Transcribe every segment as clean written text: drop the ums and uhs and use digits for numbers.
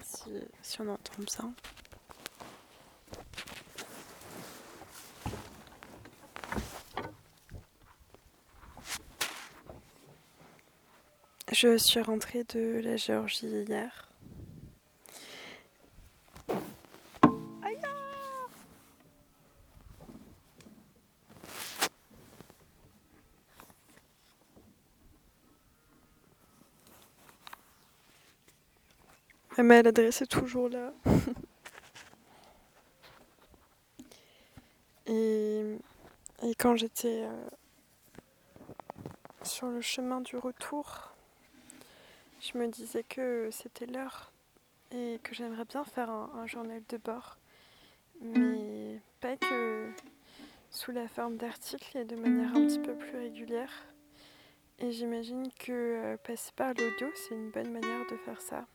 si on entend bien. Je suis rentrée de la Géorgie hier. Aïe! Ma maladresse est toujours là. Et quand j'étais sur le chemin du retour, je me disais que c'était l'heure et que j'aimerais bien faire un journal de bord, mais pas que sous la forme d'articles et de manière un petit peu plus régulière. Et j'imagine que passer par l'audio, c'est une bonne manière de faire ça.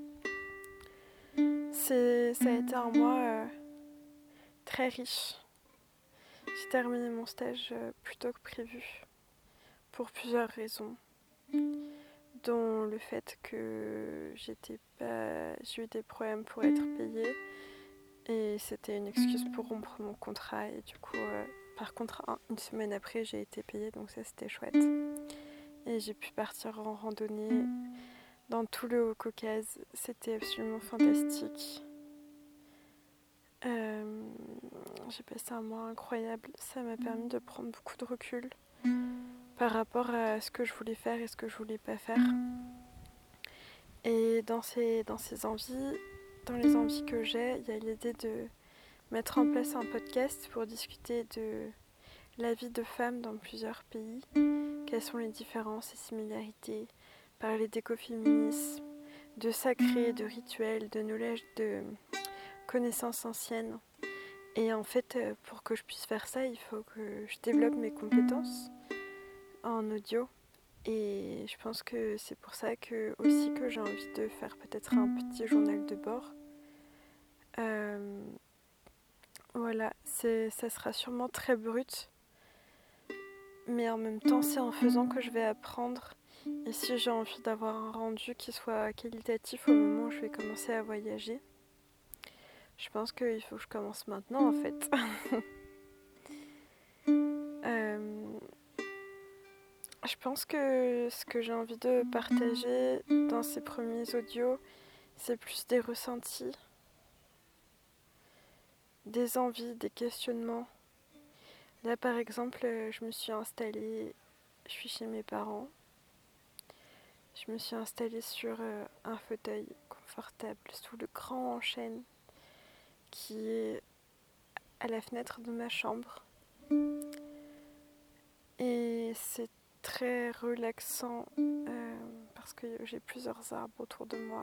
Ça a été un mois très riche. J'ai terminé mon stage plus tôt que prévu, pour plusieurs raisons, dont le fait que j'ai eu des problèmes pour être payée, et c'était une excuse pour rompre mon contrat, et du coup, par contre, une semaine après, j'ai été payée, donc ça c'était chouette. Et j'ai pu partir en randonnée dans tout le Haut-Caucase, c'était absolument fantastique. J'ai passé un mois incroyable, ça m'a permis de prendre beaucoup de recul par rapport à ce que je voulais faire et ce que je voulais pas faire. Et dans les envies que j'ai, il y a l'idée de mettre en place un podcast pour discuter de la vie de femmes dans plusieurs pays, quelles sont les différences et similarités, parler d'écoféminisme, de sacré, de rituels, de knowledge, de connaissances anciennes. Et en fait, pour que je puisse faire ça, il faut que je développe mes compétences en audio. Et je pense que c'est pour ça que j'ai envie de faire peut-être un petit journal de bord. Voilà, ça sera sûrement très brut, mais en même temps, c'est en faisant que je vais apprendre. Et si j'ai envie d'avoir un rendu qui soit qualitatif au moment où je vais commencer à voyager, je pense qu'il faut que je commence maintenant en fait. Je pense que ce que j'ai envie de partager dans ces premiers audios, c'est plus des ressentis, des envies, des questionnements. Là par exemple, je me suis installée, je suis chez mes parents. Je me suis installée sur un fauteuil confortable sous le grand chêne qui est à la fenêtre de ma chambre. Et c'est très relaxant parce que j'ai plusieurs arbres autour de moi.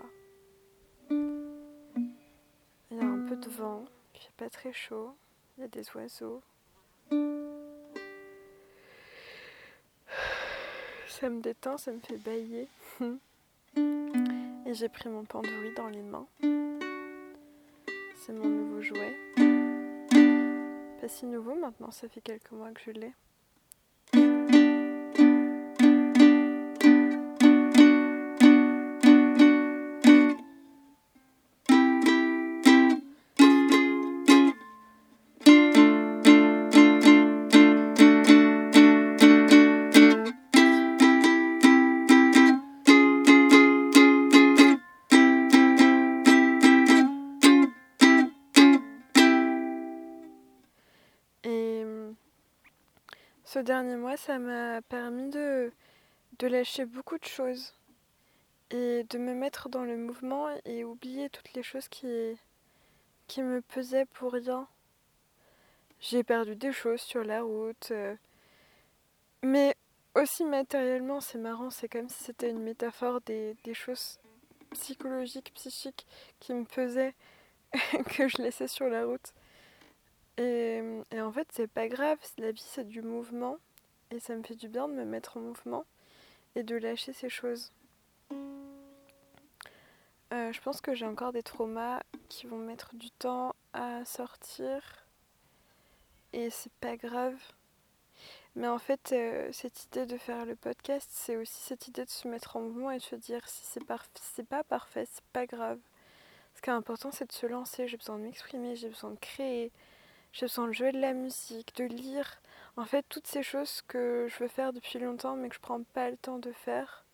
Il y a un peu de vent, il fait pas très chaud, il y a des oiseaux. Ça me détend, ça me fait bâiller. Et j'ai pris mon pendouille dans les mains. C'est mon nouveau jouet. Pas si nouveau maintenant, ça fait quelques mois que je l'ai. Et ce dernier mois, ça m'a permis de lâcher beaucoup de choses et de me mettre dans le mouvement et oublier toutes les choses qui me pesaient pour rien. J'ai perdu des choses sur la route, mais aussi matériellement, c'est marrant, c'est comme si c'était une métaphore des choses psychologiques, psychiques qui me pesaient, que je laissais sur la route. Et en fait, c'est pas grave, la vie c'est du mouvement, et ça me fait du bien de me mettre en mouvement et de lâcher ces choses. Je pense que j'ai encore des traumas qui vont mettre du temps à sortir, et c'est pas grave. Mais en fait, cette idée de faire le podcast, c'est aussi cette idée de se mettre en mouvement et de se dire si c'est pas parfait, c'est pas grave. Ce qui est important, c'est de se lancer. J'ai besoin de m'exprimer, j'ai besoin de créer, j'ai besoin de jouer de la musique, de lire. En fait, toutes ces choses que je veux faire depuis longtemps, mais que je prends pas le temps de faire.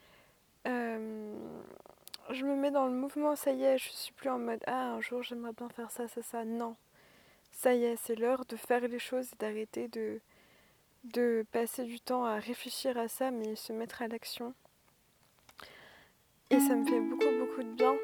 Je me mets dans le mouvement, ça y est, je suis plus en mode ah, un jour j'aimerais bien faire ça, ça, ça. Non, ça y est, c'est l'heure de faire les choses et d'arrêter de passer du temps à réfléchir à ça, mais se mettre à l'action. Et ça me fait beaucoup, beaucoup de bien.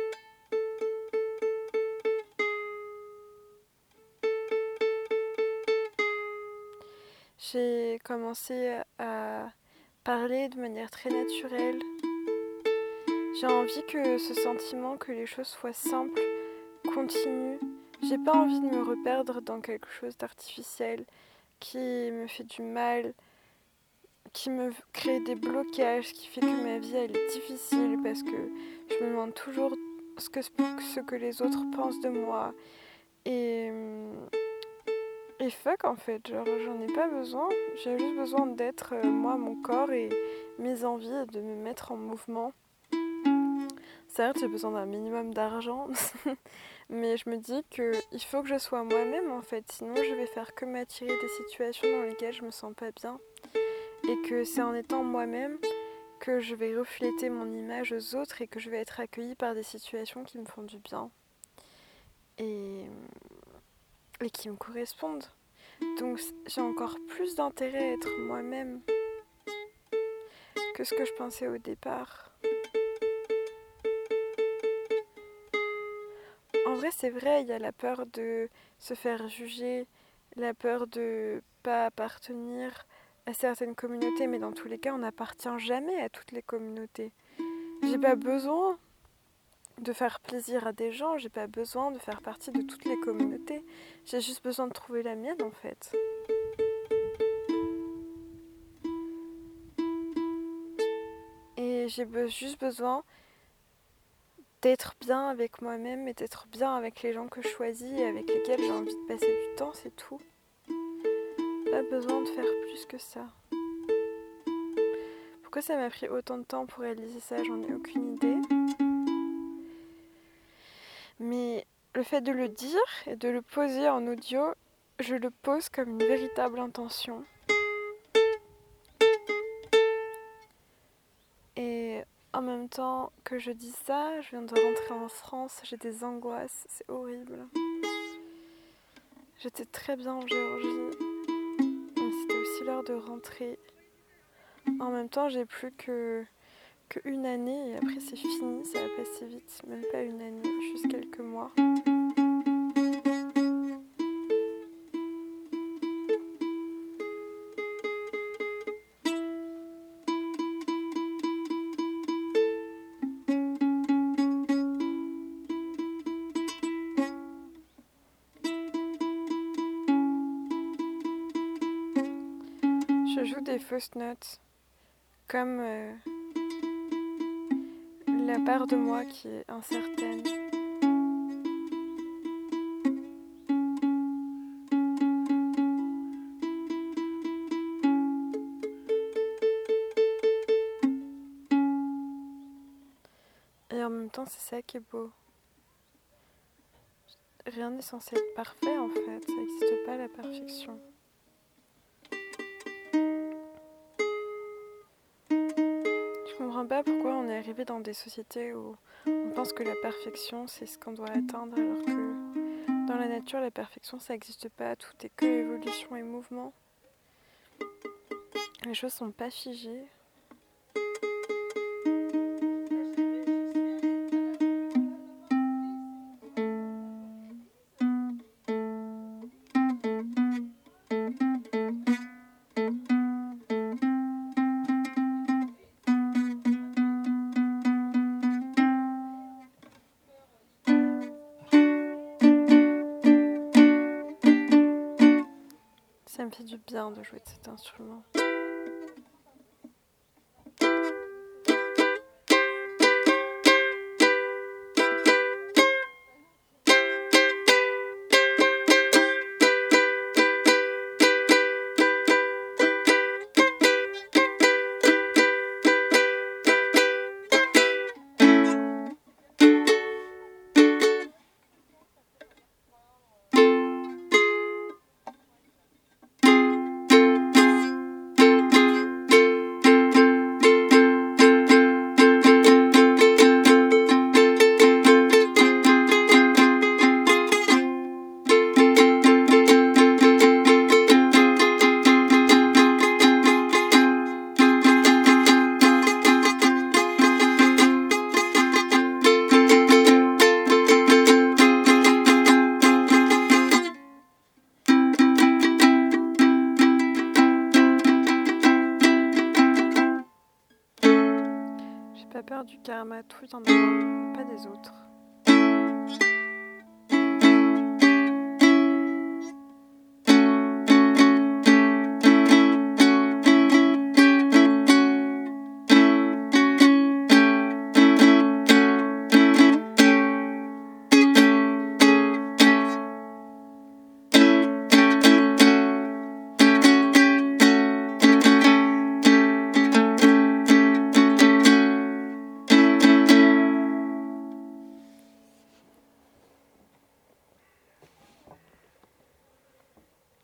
J'ai commencé à parler de manière très naturelle. J'ai envie que ce sentiment, que les choses soient simples, continue. J'ai pas envie de me reperdre dans quelque chose d'artificiel qui me fait du mal, qui me crée des blocages, qui fait que ma vie elle est difficile parce que je me demande toujours ce que les autres pensent de moi. Et fuck en fait, genre j'en ai pas besoin. J'ai juste besoin d'être moi, mon corps et mes envies et de me mettre en mouvement. Certes, j'ai besoin d'un minimum d'argent, mais je me dis qu'il faut que je sois moi-même en fait, sinon je vais faire que m'attirer des situations dans lesquelles je me sens pas bien. Et que c'est en étant moi-même que je vais refléter mon image aux autres et que je vais être accueillie par des situations qui me font du bien et qui me correspondent. Donc j'ai encore plus d'intérêt à être moi-même que ce que je pensais au départ. En vrai, c'est vrai, il y a la peur de se faire juger, la peur de pas appartenir à certaines communautés, mais dans tous les cas, on n'appartient jamais à toutes les communautés. J'ai pas besoin de faire plaisir à des gens, j'ai pas besoin de faire partie de toutes les communautés. J'ai juste besoin de trouver la mienne en fait. Et j'ai juste besoin d'être bien avec moi-même et d'être bien avec les gens que je choisis et avec lesquels j'ai envie de passer du temps, c'est tout. Pas besoin de faire plus que ça. Pourquoi ça m'a pris autant de temps pour réaliser ça, j'en ai aucune idée. Mais le fait de le dire et de le poser en audio, je le pose comme une véritable intention. Et en même temps que je dis ça, je viens de rentrer en France, j'ai des angoisses, c'est horrible. J'étais très bien en Géorgie, mais c'était aussi l'heure de rentrer. En même temps, j'ai plus qu'une année et après c'est fini, ça va passer vite, même pas une année, juste quelques mois. Je joue des fausses notes, comme la part de moi qui est incertaine. Et en même temps, c'est ça qui est beau. Rien n'est censé être parfait en fait, ça n'existe pas la perfection. Je comprends pas pourquoi on est arrivé dans des sociétés où on pense que la perfection c'est ce qu'on doit atteindre alors que dans la nature la perfection ça n'existe pas, tout est que évolution et mouvement. Les choses sont pas figées. Ça me fait du bien de jouer de cet instrument. pas peur du karma, tout vient de moi, pas des autres.